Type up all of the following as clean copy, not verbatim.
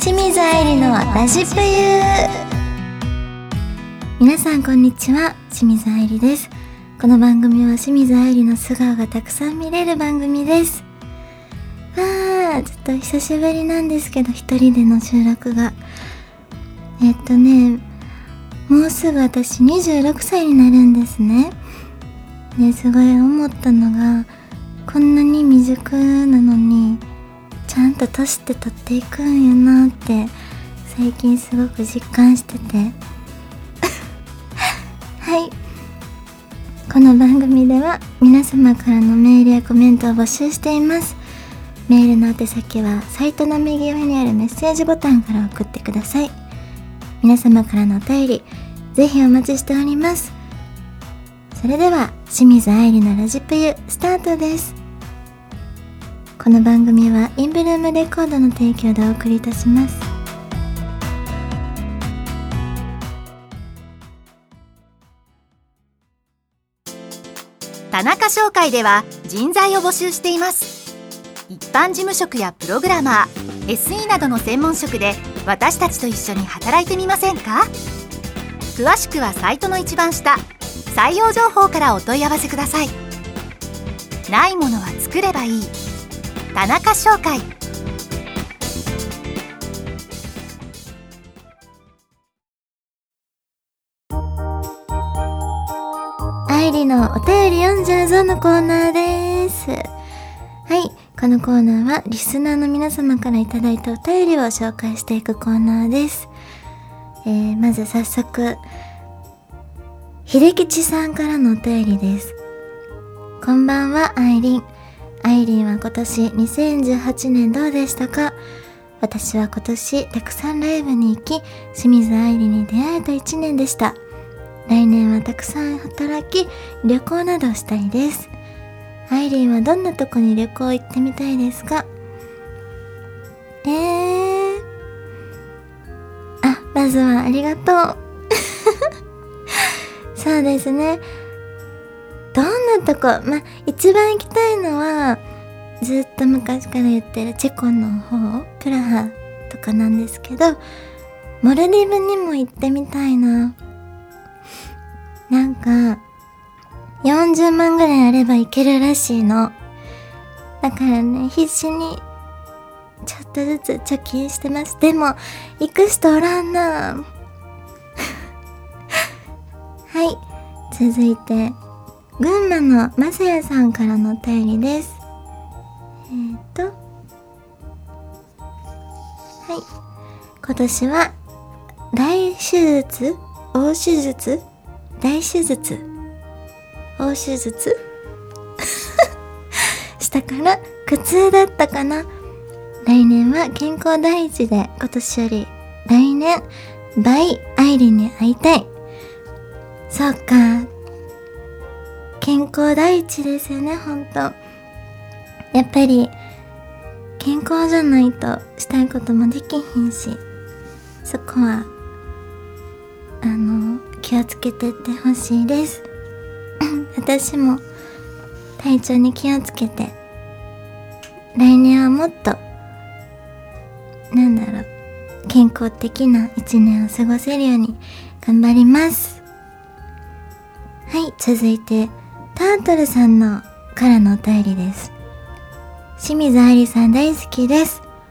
清水愛理のラジプユ。皆さんこんにちは、清水愛理です。この番組は清水愛理の素顔がたくさん見れる番組です。ちょっと久しぶりなんですけど、一人での収録がもうすぐ私26歳になるんですね。すごい思ったのが、こんなに未熟なのにちゃんと年って取っていくんやなって最近すごく実感しててはい、この番組では皆様からのメールやコメントを募集しています。メールの宛先はサイトの右上にあるメッセージボタンから送ってください。皆様からのお便りぜひお待ちしております。それでは清水愛理のラジプユスタートです。この番組はインブルームレコードの提供でお送りいたします。 田中商会では人材を募集しています。一般事務職やプログラマー、SE などの専門職で私たちと一緒に働いてみませんか？詳しくはサイトの一番下、採用情報からお問い合わせください。ないものは作ればいい。田中商会。 愛理のお便り読んじゃうぞのコーナーです。はい、このコーナーはリスナーの皆様からいただいたお便りを紹介していくコーナーです。まず早速秀吉さんからのお便りです。こんばんは、愛理ンは今年2018年どうでしたか？私は今年たくさんライブに行き、清水愛理に出会えた1年でした。来年はたくさん働き、旅行などしたいです。愛理ンはどんなとこに旅行行ってみたいですか？まずはありがとうそうですね、どんなとこ、一番行きたいのはずっと昔から言ってるチェコの方、プラハとかなんですけど、モルディブにも行ってみたいな。なんか40万ぐらいあれば行けるらしいの。だからね、必死にちょっとずつ貯金してます。でも行く人おらんなはい、続いて群馬のまさやさんからのお便りです。今年は大手術したから苦痛だったかな。来年は健康第一で、今年より来年倍愛理に会いたい。そうか、健康第一ですよね。ほんとやっぱり健康じゃないとしたいこともできひんし、そこは気をつけてってほしいです私も体調に気をつけて、来年はもっと健康的な一年を過ごせるように頑張ります。はい、続いてタートルさんのからのお便りです。清水愛理さん大好きです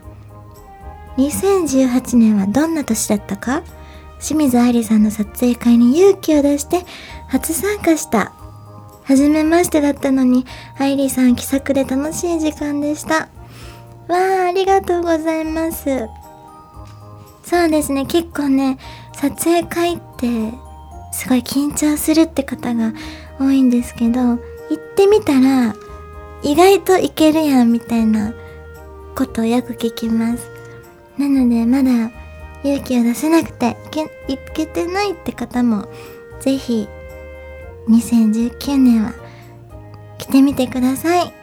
。2018年はどんな年だったか？清水愛理さんの撮影会に勇気を出して初参加した。初めましてだったのに愛理さん気さくで楽しい時間でした。ありがとうございます。そうですね、結構ね、撮影会ってすごい緊張するって方が多いんですけど、行ってみたら意外といけるやんみたいなことをよく聞きます。なのでまだ勇気を出せなくていけてないって方もぜひ2019年は来てみてください。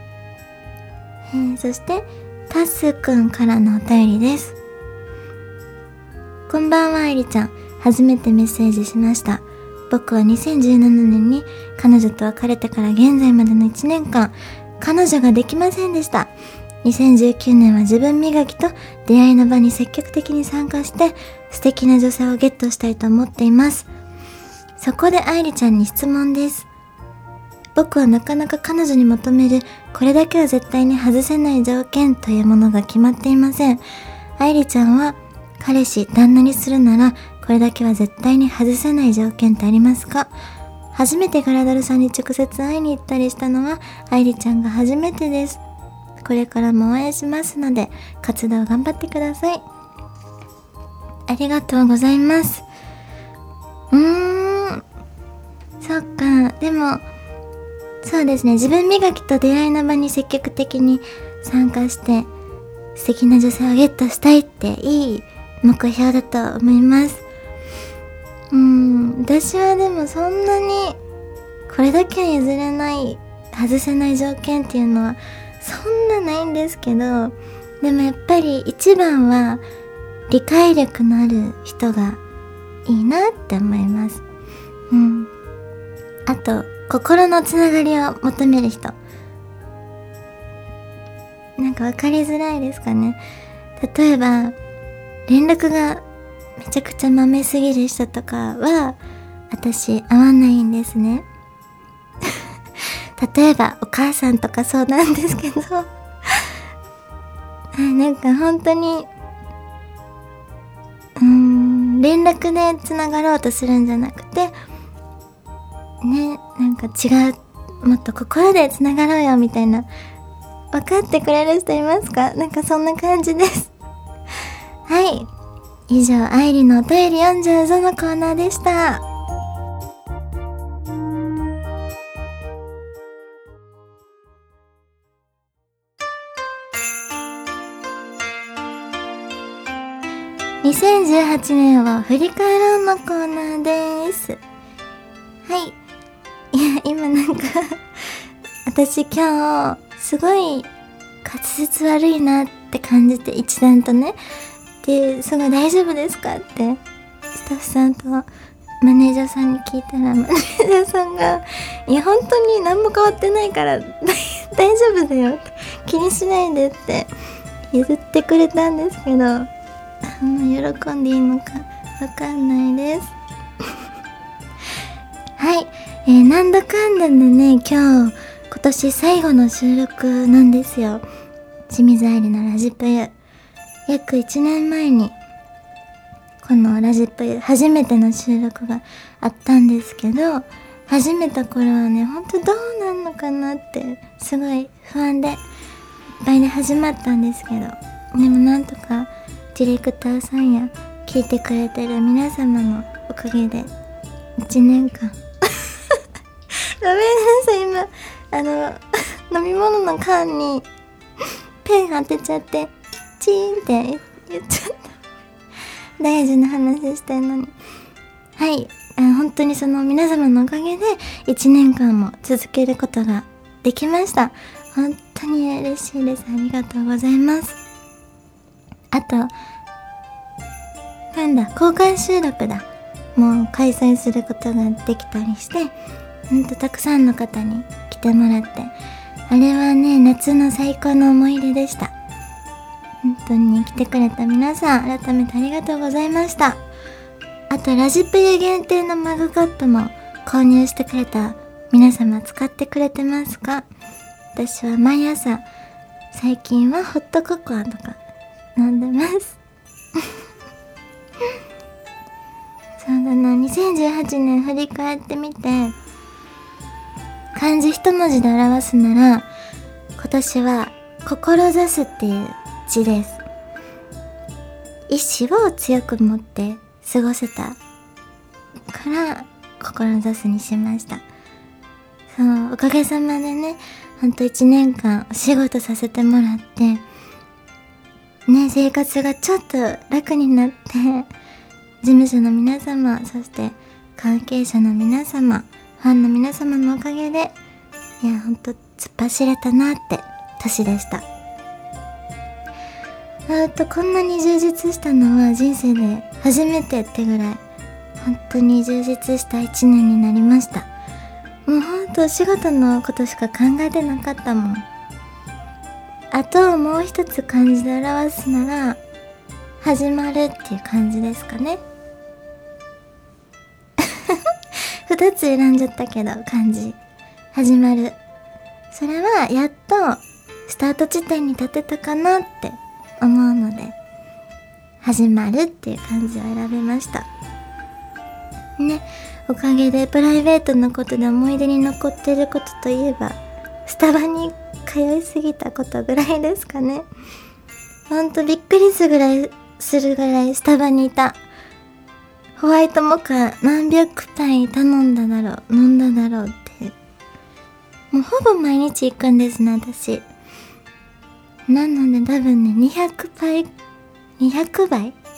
そしてタスくんからのお便りです。こんばんは、愛理ちゃん。初めてメッセージしました。僕は2017年に彼女と別れてから現在までの1年間彼女ができませんでした。 2019年は自分磨きと出会いの場に積極的に参加して素敵な女性をゲットしたいと思っています。そこで愛理ちゃんに質問です。僕はなかなか彼女に求めるこれだけは絶対に外せない条件というものが決まっていません。愛理ちゃんは彼氏、旦那にするならこれだけは絶対に外せない条件ってありますか？初めてガラドルさんに直接会いに行ったりしたのは愛理ちゃんが初めてです。これからも応援しますので活動頑張ってください。ありがとうございます。そっか。でもそうですね、自分磨きと出会いの場に積極的に参加して素敵な女性をゲットしたいっていい目標だと思います。私はでもそんなにこれだけは譲れない外せない条件っていうのはそんなないんですけど、でもやっぱり一番は理解力のある人がいいなって思います。あと心のつながりを求める人、なんか分かりづらいですかね。例えば連絡がめちゃくちゃまめすぎる人とかは私合わないんですね。例えばお母さんとかそうなんですけどなんか本当に連絡でつながろうとするんじゃなくてね、なんか違う、もっと心でつながろうよみたいな、分かってくれる人いますか？なんかそんな感じですはい、以上愛理のお便り読んじゃうぞのコーナーでした。2018年を振り返ろうのコーナーです。はい、いや今なんか私今日すごい滑舌悪いなって感じて、一段とね、ですごい大丈夫ですかってスタッフさんとマネージャーさんに聞いたら、マネージャーさんがいや本当に何も変わってないから大丈夫だよって気にしないでって譲ってくれたんですけど、喜んでいいのかわかんないですはい、なんだかんだでね、今年最後の収録なんですよ。清水愛理のラジプユ、約1年前にこのラジプユ初めての収録があったんですけど、始めた頃はね、ほんとどうなんのかなってすごい不安でいっぱいで始まったんですけど、でもなんとかディレクターさんや聞いてくれてる皆様のおかげで1年間ごめんなさい、今飲み物の缶にペン当てちゃってチーンって言っちゃった。大事な話してるのに。はい、本当にその皆様のおかげで1年間も続けることができました。本当に嬉しいです。ありがとうございます。あと公開収録だ、もう開催することができたりして、たくさんの方に来てもらって、あれはね、夏の最高の思い出でした。本当に来てくれた皆さん、改めてありがとうございました。あとラジプユ限定のマグカップも購入してくれた皆様、使ってくれてますか？私は毎朝、最近はホットココアとか飲んでますそうだな、2018年振り返ってみて、漢字一文字で表すなら、今年は志すっていう字です。意志を強く持って過ごせたから志すにしました。そう、おかげさまでね、ほんと1年間お仕事させてもらってね、生活がちょっと楽になって、事務所の皆様、そして関係者の皆様、ファンの皆様のおかげで、いやほんと突っ走れたなって年でした。こんなに充実したのは人生で初めてってぐらい、本当に充実した1年になりました。もうほんとお仕事のことしか考えてなかったもん。 あともう一つ漢字で表すなら始まるっていう感じですかね。2つ選んじゃったけど漢字始まる、それはやっとスタート地点に立てたかなって思うので、始まるっていう漢字を選びましたね。おかげでプライベートのことで思い出に残ってることといえば、スタバに通いすぎたことぐらいですかね。ほんとびっくりするぐらいスタバにいた。ホワイトモカ何百杯頼んだだろう、飲んだだろうって、もうほぼ毎日行くんですね、私。なので多分ね、200杯200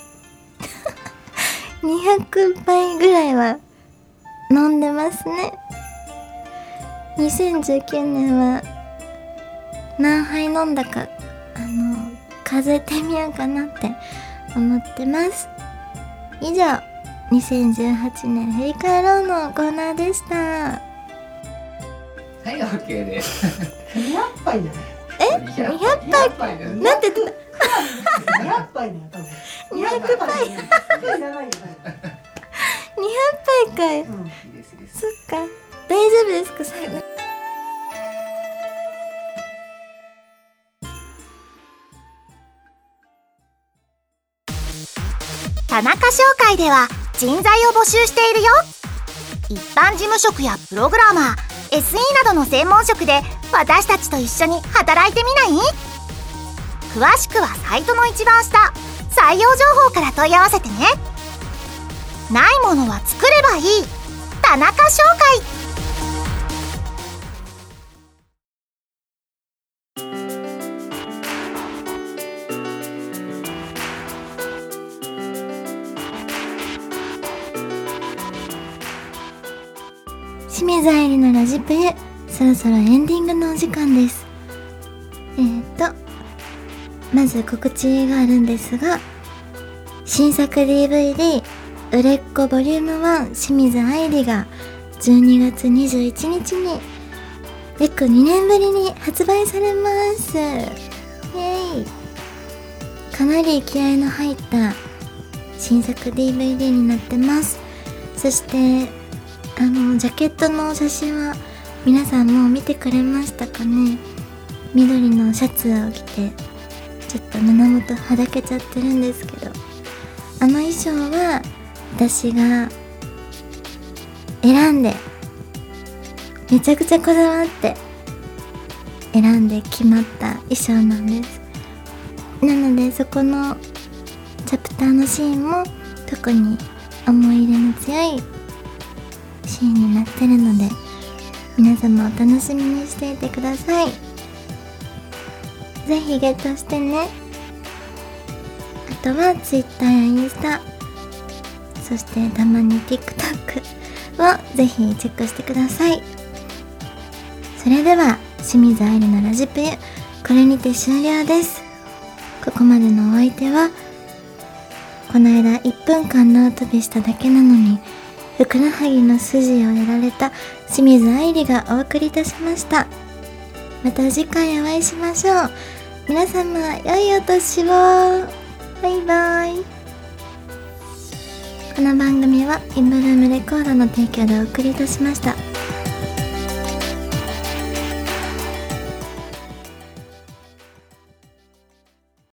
杯ぐらいは飲んでますね。2019年は何杯飲んだか数えてみようかなって思ってます。以上、2018年振り返ろうのコーナーでした。 はい、OK です。 200杯じゃない。 200杯なんて言ってた。 200杯だよ、多分。 200杯いらないよ。 200杯かい、 いいですいいです。 そっか、大丈夫ですか最後。 田中商会では人材を募集しているよ。一般事務職やプログラマー、SE などの専門職で私たちと一緒に働いてみない？詳しくはサイトの一番下、採用情報から問い合わせてね。ないものは作ればいい。田中商会。 清水愛理のラジプユ、そろそろエンディングのお時間です。まず告知があるんですが、新作 DVD 売れっ子ボリューム1清水愛理が12月21日に約2年ぶりに発売されます。イエーイ。かなり気合いの入った新作 DVD になってます。そしてジャケットの写真は皆さんもう見てくれましたかね。緑のシャツを着てちょっと胸元はだけちゃってるんですけど、衣装は私が選んで、めちゃくちゃこだわって選んで決まった衣装なんです。なのでそこのチャプターのシーンも特に思い入れの強いシーンになってるので、皆様お楽しみにしていてください。ぜひゲットしてね。あとは Twitter やインスタ、そしてたまに TikTok をぜひチェックしてください。それでは清水愛理のラジプユ、これにて終了です。ここまでのお相手は、この間1分間縄跳びしただけなのにふくらはぎの筋をやられた清水愛理がお送りいたしました。また次回お会いしましょう。皆様良いお年を。バイバイ。この番組はインブルームレコードの提供でお送りいたしました。